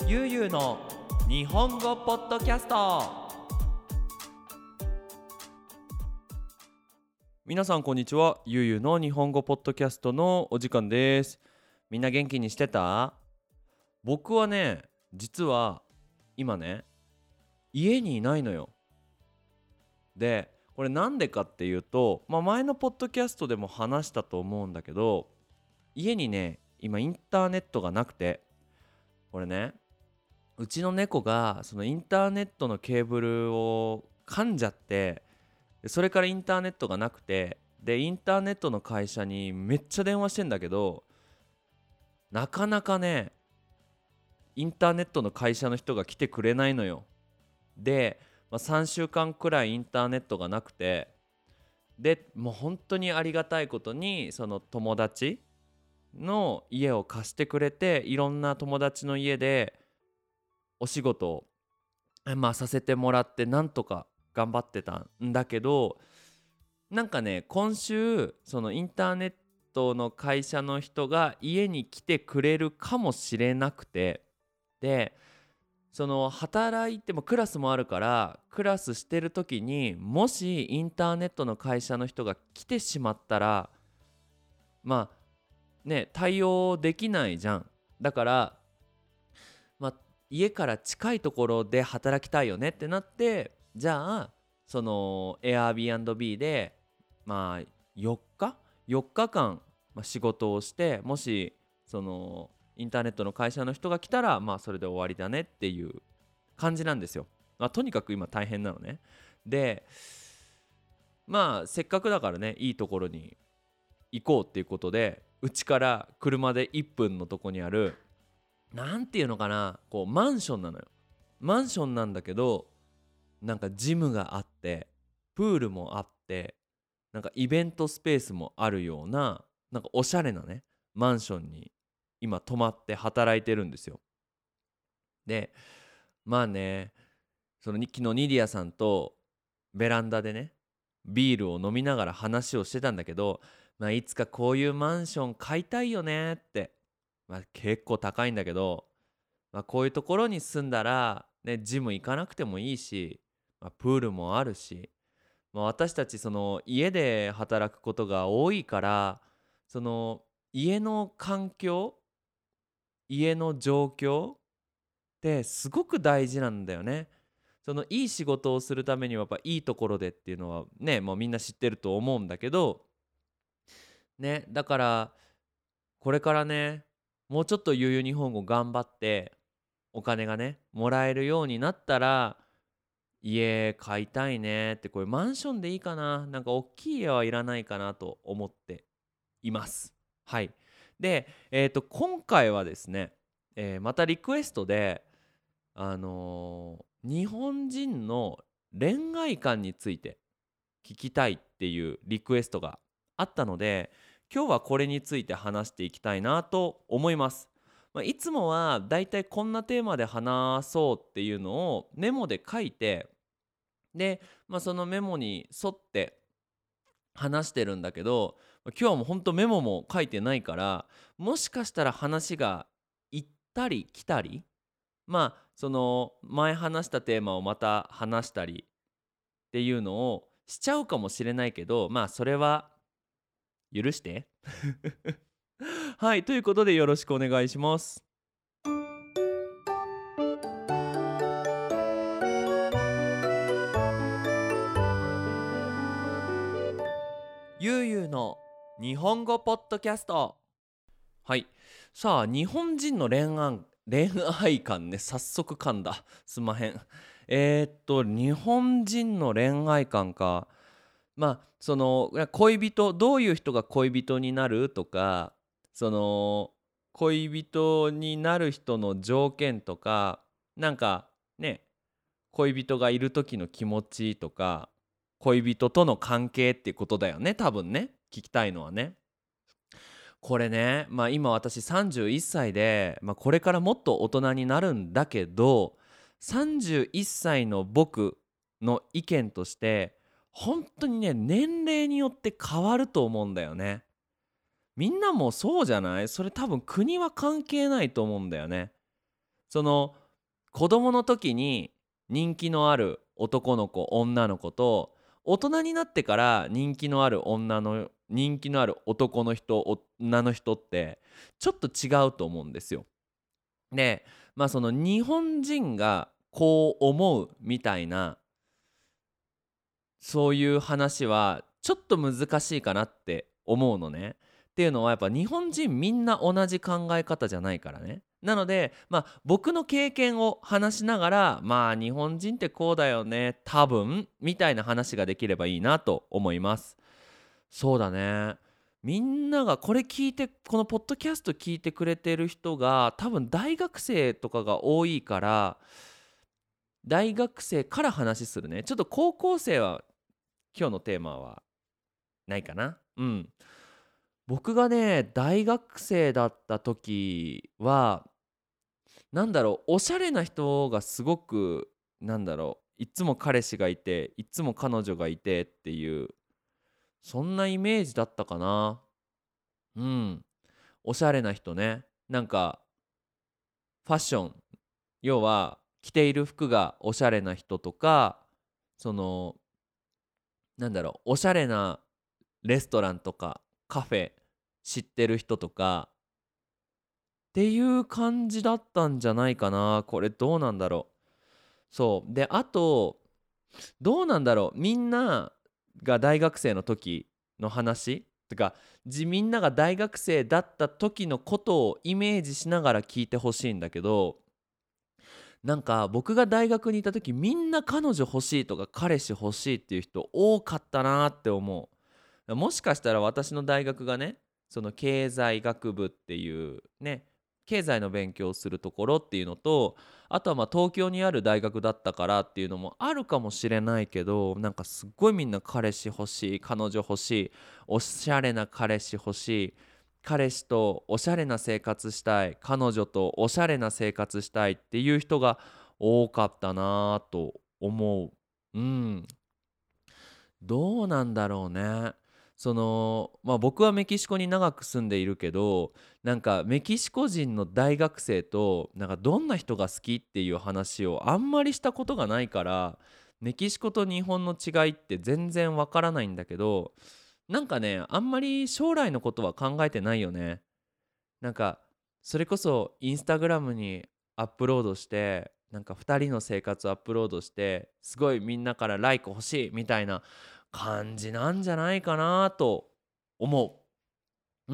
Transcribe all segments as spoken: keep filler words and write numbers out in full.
ゆうゆうの日本語ポッドキャスト。皆さんこんにちは。ゆうゆうの日本語ポッドキャストのお時間です。みんな元気にしてた？僕はね、実は今ね、家にいないのよ。で、これなんでかっていうと、まあ、前のポッドキャストでも話したと思うんだけど、家にね、今インターネットがなくて、これね、うちの猫がそのインターネットのケーブルを噛んじゃって、でそれからインターネットがなくて、でインターネットの会社にめっちゃ電話してんだけど、なかなかねインターネットの会社の人が来てくれないのよ。で、まあ、さんしゅうかんくらいインターネットがなくて、でもう本当にありがたいことにその友達の家を貸してくれて、いろんな友達の家でお仕事を、えまあ、させてもらって、なんとか頑張ってたんだけど、なんかね、今週そのインターネットの会社の人が家に来てくれるかもしれなくて、でその働いてもクラスもあるから、クラスしてる時にもしインターネットの会社の人が来てしまったら、まあね対応できないじゃん。だからまあ家から近いところで働きたいよねってなって、じゃあその Airbnb でまあよっかよっかかん、まあ、仕事をして、もしそのインターネットの会社の人が来たら、まあそれで終わりだねっていう感じなんですよ。まあ、とにかく今大変なのね。でまあせっかくだからね、いいところに行こうっていうことで、うちから車でいっぷんのとこにある、なんていうのかな、こうマンションなのよ。マンションなんだけど、なんかジムがあって、プールもあって、なんかイベントスペースもあるような、なんかおしゃれなねマンションに今泊まって働いてるんですよ。でまあね、その昨日ニディアさんとベランダでねビールを飲みながら話をしてたんだけど、まあ、いつかこういうマンション買いたいよねって。まあ、結構高いんだけど、まあ、こういうところに住んだら、ね、ジム行かなくてもいいし、まあ、プールもあるし、まあ、私たちその家で働くことが多いから、その家の環境、家の状況ってすごく大事なんだよね。そのいい仕事をするためにはやっぱいいところでっていうのはね、もうみんな知ってると思うんだけどね。だからこれからね、もうちょっとゆうゆう日本語頑張ってお金がねもらえるようになったら、家買いたいねって。これマンションでいいかな、なんか大きい家はいらないかなと思っています。はい。で、えーと今回はですね、えーまたリクエストであのー日本人の恋愛観について聞きたいっていうリクエストがあったので、今日はこれについて話していきたいなと思います。まあ、いつもはだいたいこんなテーマで話そうっていうのをメモで書いて、で、まあ、そのメモに沿って話してるんだけど、今日はもうほんとメモも書いてないから、もしかしたら話が行ったり来たり、まあその前話したテーマをまた話したりっていうのをしちゃうかもしれないけど、まあそれは許してはい、ということでよろしくお願いします。ゆうゆうの日本語ポッドキャスト。はい。さあ、日本人の恋愛恋愛観ね、早速噛んだ。すんまへん。えーっと日本人の恋愛観か。まあその恋人、どういう人が恋人になるとか、その恋人になる人の条件とか、なんかね、恋人がいる時の気持ちとか、恋人との関係っていうことだよね、多分ね、聞きたいのはね。これね、まあ今私さんじゅういっさいで、まあ、これからもっと大人になるんだけど、さんじゅういっさいの僕の意見として、本当にね年齢によって変わると思うんだよね。みんなもそうじゃない？それ多分国は関係ないと思うんだよね。 その子供の時に人気のある男の子女の子と、大人になってから人気のある女の人気のある男の人女の人ってちょっと違うと思うんですよ。で、まあその日本人がこう思うみたいな、そういう話はちょっと難しいかなって思うのね。っていうのはやっぱ日本人みんな同じ考え方じゃないからね。なのでまあ僕の経験を話しながら、まあ日本人ってこうだよね多分みたいな話ができればいいなと思います。そうだね。みんながこれ聞いてこのポッドキャスト聞いてくれてる人が多分大学生とかが多いから、大学生から話するね。ちょっと高校生は今日のテーマはないかな。うん。僕がね、大学生だった時は、なんだろう、おしゃれな人がすごく、なんだろう、いつも彼氏がいて、いつも彼女がいてっていう、そんなイメージだったかな。うん。おしゃれな人ね。なんか、ファッション、要は、着ている服がおしゃれな人とか、その、なんだろう、おしゃれなレストランとかカフェ知ってる人とかっていう感じだったんじゃないかな。これどうなんだろう。そうで、あとどうなんだろう、みんなが大学生の時の話とか、じみんなが大学生だった時のことをイメージしながら聞いてほしいんだけど、なんか僕が大学にいた時みんな彼女欲しいとか彼氏欲しいっていう人多かったなって思う。もしかしたら私の大学がね、その経済学部っていうね、経済の勉強をするところっていうのと、あとはまあ東京にある大学だったからっていうのもあるかもしれないけど、なんかすっごいみんな彼氏欲しい、彼女欲しい、おしゃれな彼氏欲しい、彼氏とおしゃれな生活したい、彼女とおしゃれな生活したいっていう人が多かったなぁと思う。うん。どうなんだろうね。そのまあ僕はメキシコに長く住んでいるけど、なんかメキシコ人の大学生となんかどんな人が好きっていう話をあんまりしたことがないから、メキシコと日本の違いって全然わからないんだけど、なんかねあんまり将来のことは考えてないよね。なんかそれこそインスタグラムにアップロードして、なんかふたりの生活をアップロードして、すごいみんなからライク欲しいみたいな感じなんじゃないかなと思う。うん。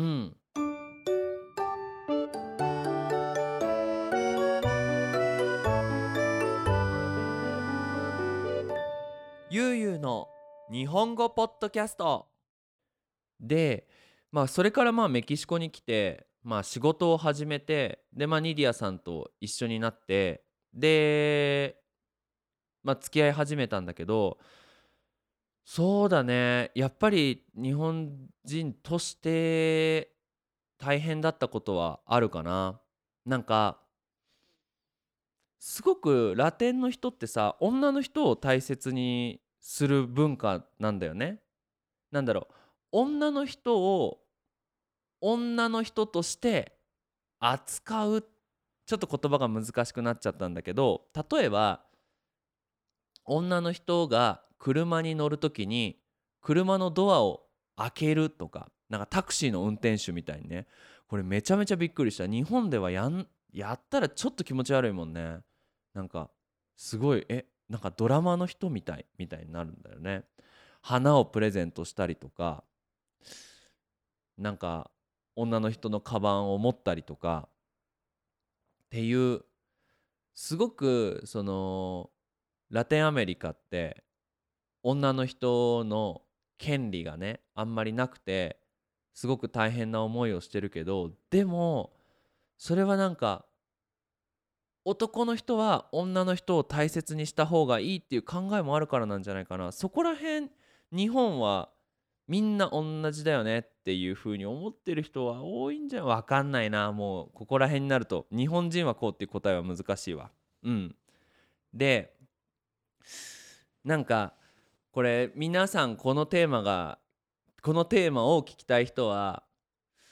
ゆうゆうの日本語ポッドキャストで、まあそれからまあメキシコに来て、まあ仕事を始めて、でまあニディアさんと一緒になって、でまあ付き合い始めたんだけど、そうだね。やっぱり日本人として大変だったことはあるかな。なんかすごくラテンの人ってさ、女の人を大切にする文化なんだよね。なんだろう、女の人を女の人として扱う、ちょっと言葉が難しくなっちゃったんだけど、例えば女の人が車に乗るときに車のドアを開けるとか、なんかタクシーの運転手みたいにね、これめちゃめちゃびっくりした。日本ではやんやったらちょっと気持ち悪いもんね。なんかすごい、えなんかドラマの人みたいみたいになるんだよね。花をプレゼントしたりとか、なんか女の人のカバンを持ったりとかっていう、すごくそのラテンアメリカって女の人の権利がねあんまりなくて、すごく大変な思いをしてるけど、でもそれはなんか男の人は女の人を大切にした方がいいっていう考えもあるからなんじゃないかな。そこら辺日本はみんな同じだよねっていう風に思ってる人は多いんじゃわかんないな。もうここら辺になると日本人はこうっていう答えは難しいわ。うん。でなんかこれ皆さんこのテーマがこのテーマを聞きたい人は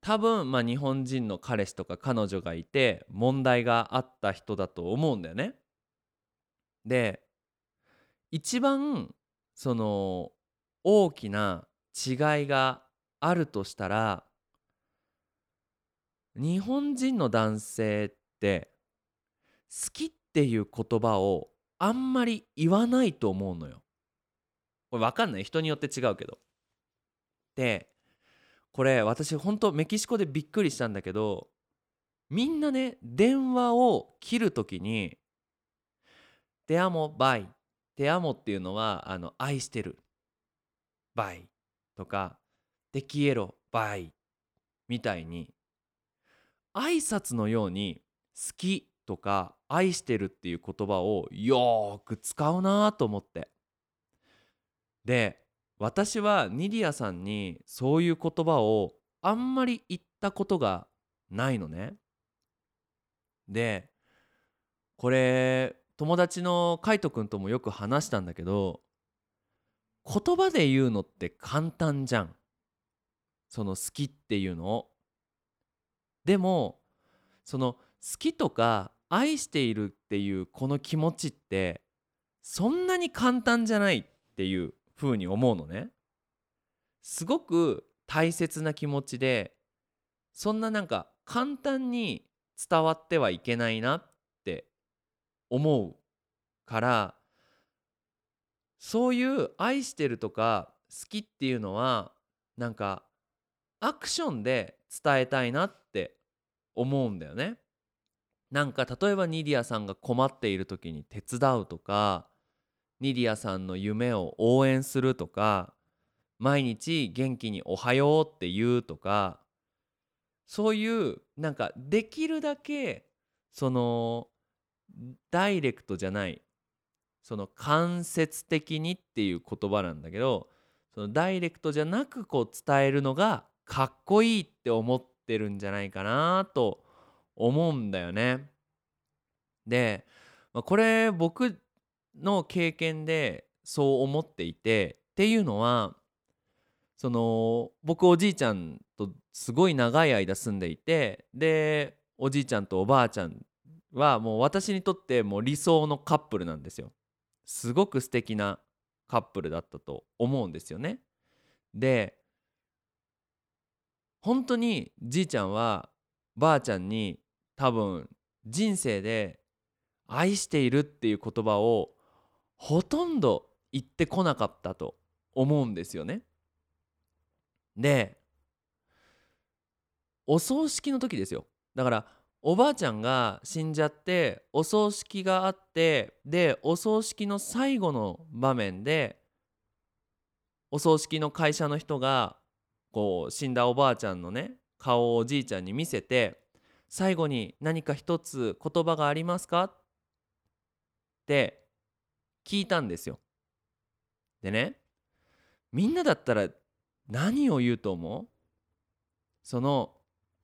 多分まあ日本人の彼氏とか彼女がいて問題があった人だと思うんだよね。で、一番その大きな違いがあるとしたら、日本人の男性って好きっていう言葉をあんまり言わないと思うのよ。これわかんない、人によって違うけど。で、これ私ほんとメキシコでびっくりしたんだけど、みんなね、電話を切るときに「テアモバイ」「テアモ」っていうのはあの愛してるバイとか「テキエロバイ」みたいに挨拶のように好きとか愛してるっていう言葉をよーく使うなと思って。で、私はニディアさんにそういう言葉をあんまり言ったことがないのね。で、これ友達のカイトくんともよく話したんだけど、言葉で言うのって簡単じゃん。その好きっていうのを。でも、その好きとか愛しているっていうこの気持ちってそんなに簡単じゃないっていう風に思うのね。すごく大切な気持ちで、そんななんか簡単に伝わってはいけないなって思うから、そういう愛してるとか好きっていうのはなんかアクションで伝えたいなって思うんだよね。なんか例えばニディアさんが困っている時に手伝うとか、ニディアさんの夢を応援するとか、毎日元気におはようって言うとか、そういうなんかできるだけそのダイレクトじゃない、その間接的にっていう言葉なんだけど、そのダイレクトじゃなくこう伝えるのがかっこいいって思ってるんじゃないかなと思うんだよね。で、まあ、これ僕の経験でそう思っていて、っていうのはその僕おじいちゃんとすごい長い間住んでいて、でおじいちゃんとおばあちゃんはもう私にとってもう理想のカップルなんですよ。すごく素敵なカップルだったと思うんですよね。で、本当にじいちゃんはばあちゃんに多分人生で愛しているっていう言葉をほとんど言ってこなかったと思うんですよね。で、お葬式の時ですよ。だからおばあちゃんが死んじゃってお葬式があって、でお葬式の最後の場面でお葬式の会社の人がこう死んだおばあちゃんのね顔をおじいちゃんに見せて、最後に何か一つ言葉がありますかって聞いたんですよ。でね、みんなだったら何を言うと思う？その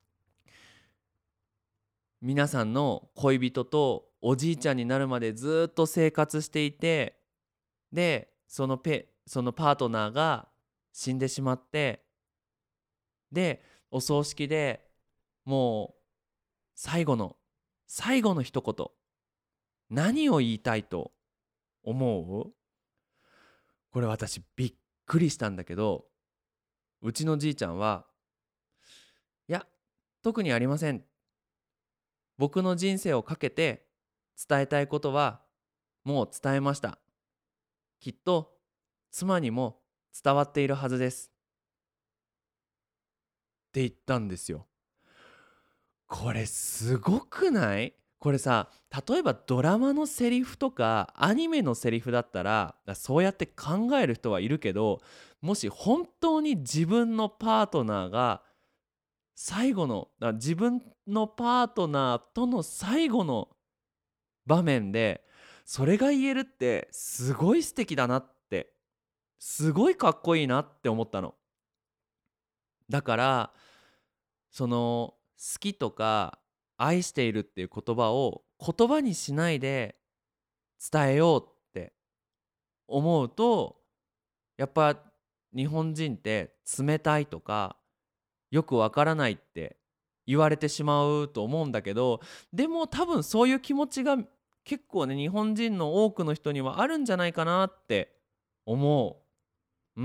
皆さんの恋人とおじいちゃんになるまでずっと生活していて、でそのペそのパートナーが死んでしまって、でお葬式でもう最後の最後の一言、何を言いたいと思う？これ私びっくりしたんだけど、うちのじいちゃんは「いや、特にありません。僕の人生をかけて伝えたいことはもう伝えました。きっと妻にも伝わっているはずです」って言ったんですよ。これすごくない？これさ、例えばドラマのセリフとかアニメのセリフだったらそうやって考える人はいるけど、もし本当に自分のパートナーが最後のあ自分のパートナーとの最後の場面でそれが言えるってすごい素敵だなって、すごいかっこいいなって思ったの。だからその好きとか愛しているっていう言葉を言葉にしないで伝えようって思うと、やっぱ日本人って冷たいとかよくわからないって言われてしまうと思うんだけど、でも多分そういう気持ちが結構ね、日本人の多くの人にはあるんじゃないかなって思う。うん。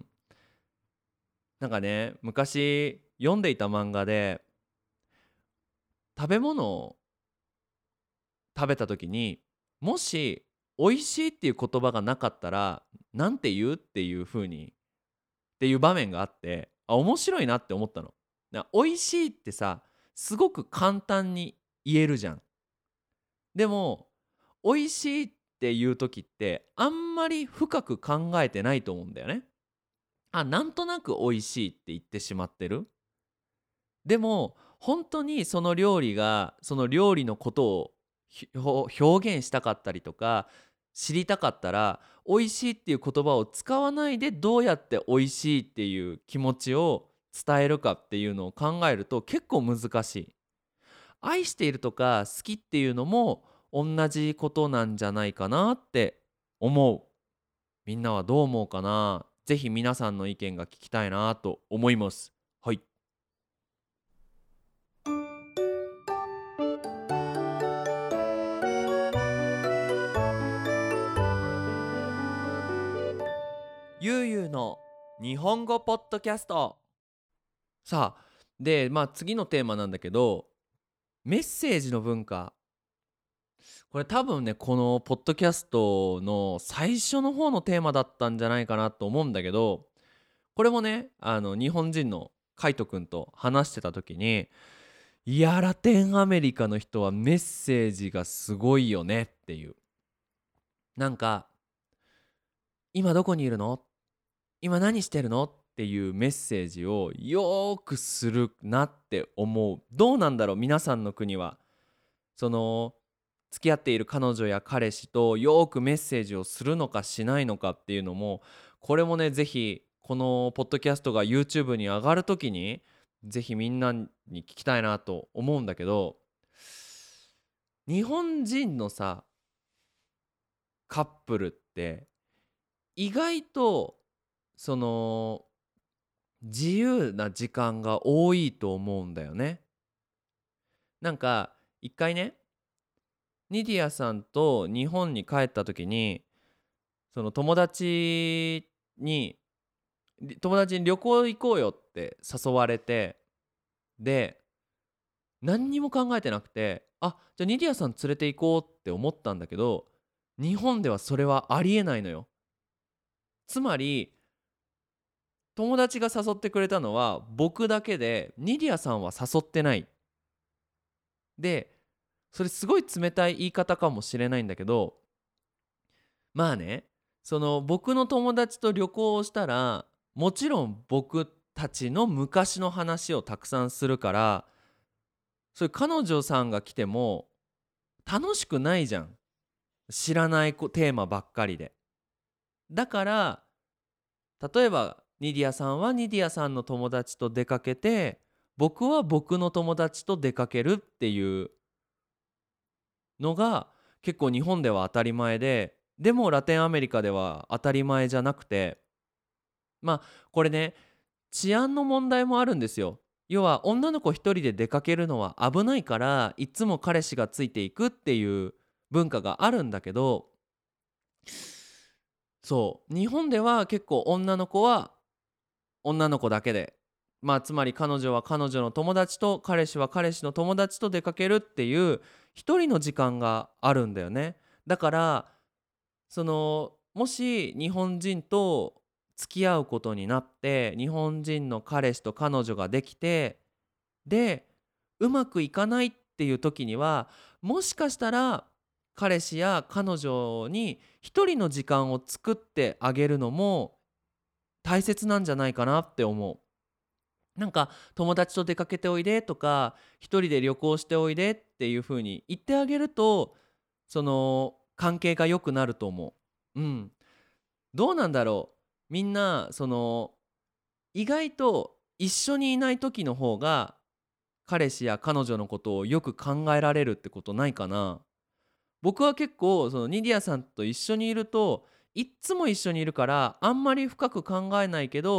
なんかね、昔読んでいた漫画で、食べ物を食べた時に、もし美味しいっていう言葉がなかったら、なんて言うっていう風にっていう場面があって、あ、面白いなって思ったの。な美味しいってさ、すごく簡単に言えるじゃん。でも、美味しいっていう時って、あんまり深く考えてないと思うんだよね。あ、なんとなく美味しいって言ってしまってる。でも、本当にその料理が、その料理のことをひょ表現したかったりとか、知りたかったら、美味しいっていう言葉を使わないで、どうやって美味しいっていう気持ちを伝えるかっていうのを考えると結構難しい。愛しているとか好きっていうのも同じことなんじゃないかなって思う。みんなはどう思うかな。ぜひ皆さんの意見が聞きたいなと思います。はい。ゆうゆうの日本語ポッドキャスト。さあ、で、まあ次のテーマなんだけど、メッセージの文化。これ多分ね、このポッドキャストの最初の方のテーマだったんじゃないかなと思うんだけど、これもね、あの日本人のカイトくんと話してた時に、いや、ラテンアメリカの人はメッセージがすごいよねっていう。なんか、今どこにいるの、今何してるのっていうメッセージをよーくするなって思う。どうなんだろう、皆さんの国は。その付き合っている彼女や彼氏とよーくメッセージをするのかしないのかっていうのも、これもね、ぜひこのポッドキャストが YouTube に上がるときにぜひみんなに聞きたいなと思うんだけど、日本人のさカップルって意外とその自由な時間が多いと思うんだよね。なんか一回ね、ニディアさんと日本に帰った時に、その友達に友達に旅行行こうよって誘われて、で何にも考えてなくて、あ、じゃあニディアさん連れて行こうって思ったんだけど、日本ではそれはありえないのよ。つまり友達が誘ってくれたのは僕だけで、ニディアさんは誘ってない。で、それすごい冷たい言い方かもしれないんだけど、まあね、その僕の友達と旅行をしたら、もちろん僕たちの昔の話をたくさんするから、そういう彼女さんが来ても楽しくないじゃん。知らないこテーマばっかりで。だから例えばニディアさんはニディアさんの友達と出かけて、僕は僕の友達と出かけるっていうのが結構日本では当たり前で、でもラテンアメリカでは当たり前じゃなくて、まあこれね、治安の問題もあるんですよ。要は女の子一人で出かけるのは危ないから、いつも彼氏がついていくっていう文化があるんだけど、そう日本では結構女の子は女の子だけで、まあつまり彼女は彼女の友達と彼氏は彼氏の友達と出かけるっていう一人の時間があるんだよね。だからそのもし日本人と付き合うことになって、日本人の彼氏と彼女ができて、でうまくいかないっていう時には、もしかしたら彼氏や彼女に一人の時間を作ってあげるのも大切なんじゃないかなって思う。なんか友達と出かけておいでとか一人で旅行しておいでっていう風に言ってあげると、その関係が良くなると思う。うん。どうなんだろう。みんなその意外と一緒にいない時の方が彼氏や彼女のことをよく考えられるってことないかな。僕は結構そのニディアさんと一緒にいると、いっつも一緒にいるからあんまり深く考えないけど、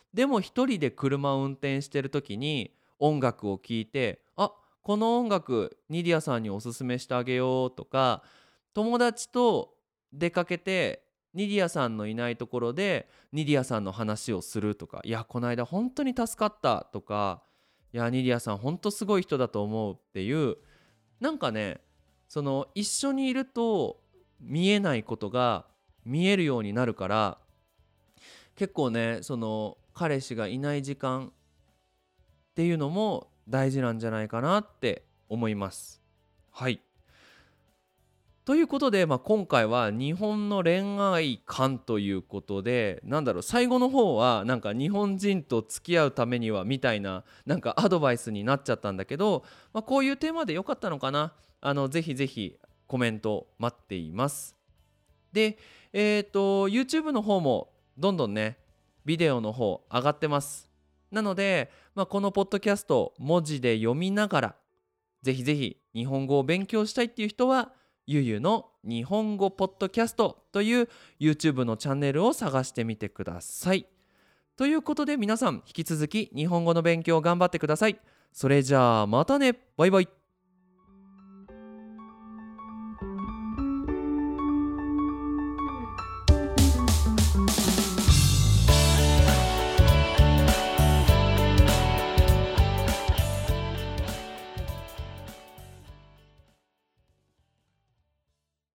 でも一人で車を運転してる時に音楽を聴いて、あ、この音楽ニディアさんにおすすめしてあげようとか、友達と出かけてニディアさんのいないところでニディアさんの話をするとか、いやこの間本当に助かったとか、いやニディアさん本当すごい人だと思うっていう、なんかね、その一緒にいると見えないことが見えるようになるから、結構ね、その彼氏がいない時間っていうのも大事なんじゃないかなって思います。はい。ということで、まあ、今回は日本の恋愛観ということで、なんだろう、最後の方はなんか日本人と付き合うためにはみたいな、なんかアドバイスになっちゃったんだけど、まあ、こういうテーマでよかったのかな。あのぜひぜひコメント待っています。で、えっと YouTube の方もどんどんねビデオの方上がってます。なので、まあ、このポッドキャスト文字で読みながら、ぜひぜひ日本語を勉強したいっていう人はゆうゆうの日本語ポッドキャストという YouTube のチャンネルを探してみてください。ということで皆さん引き続き日本語の勉強頑張ってください。それじゃあまたね。バイバイ。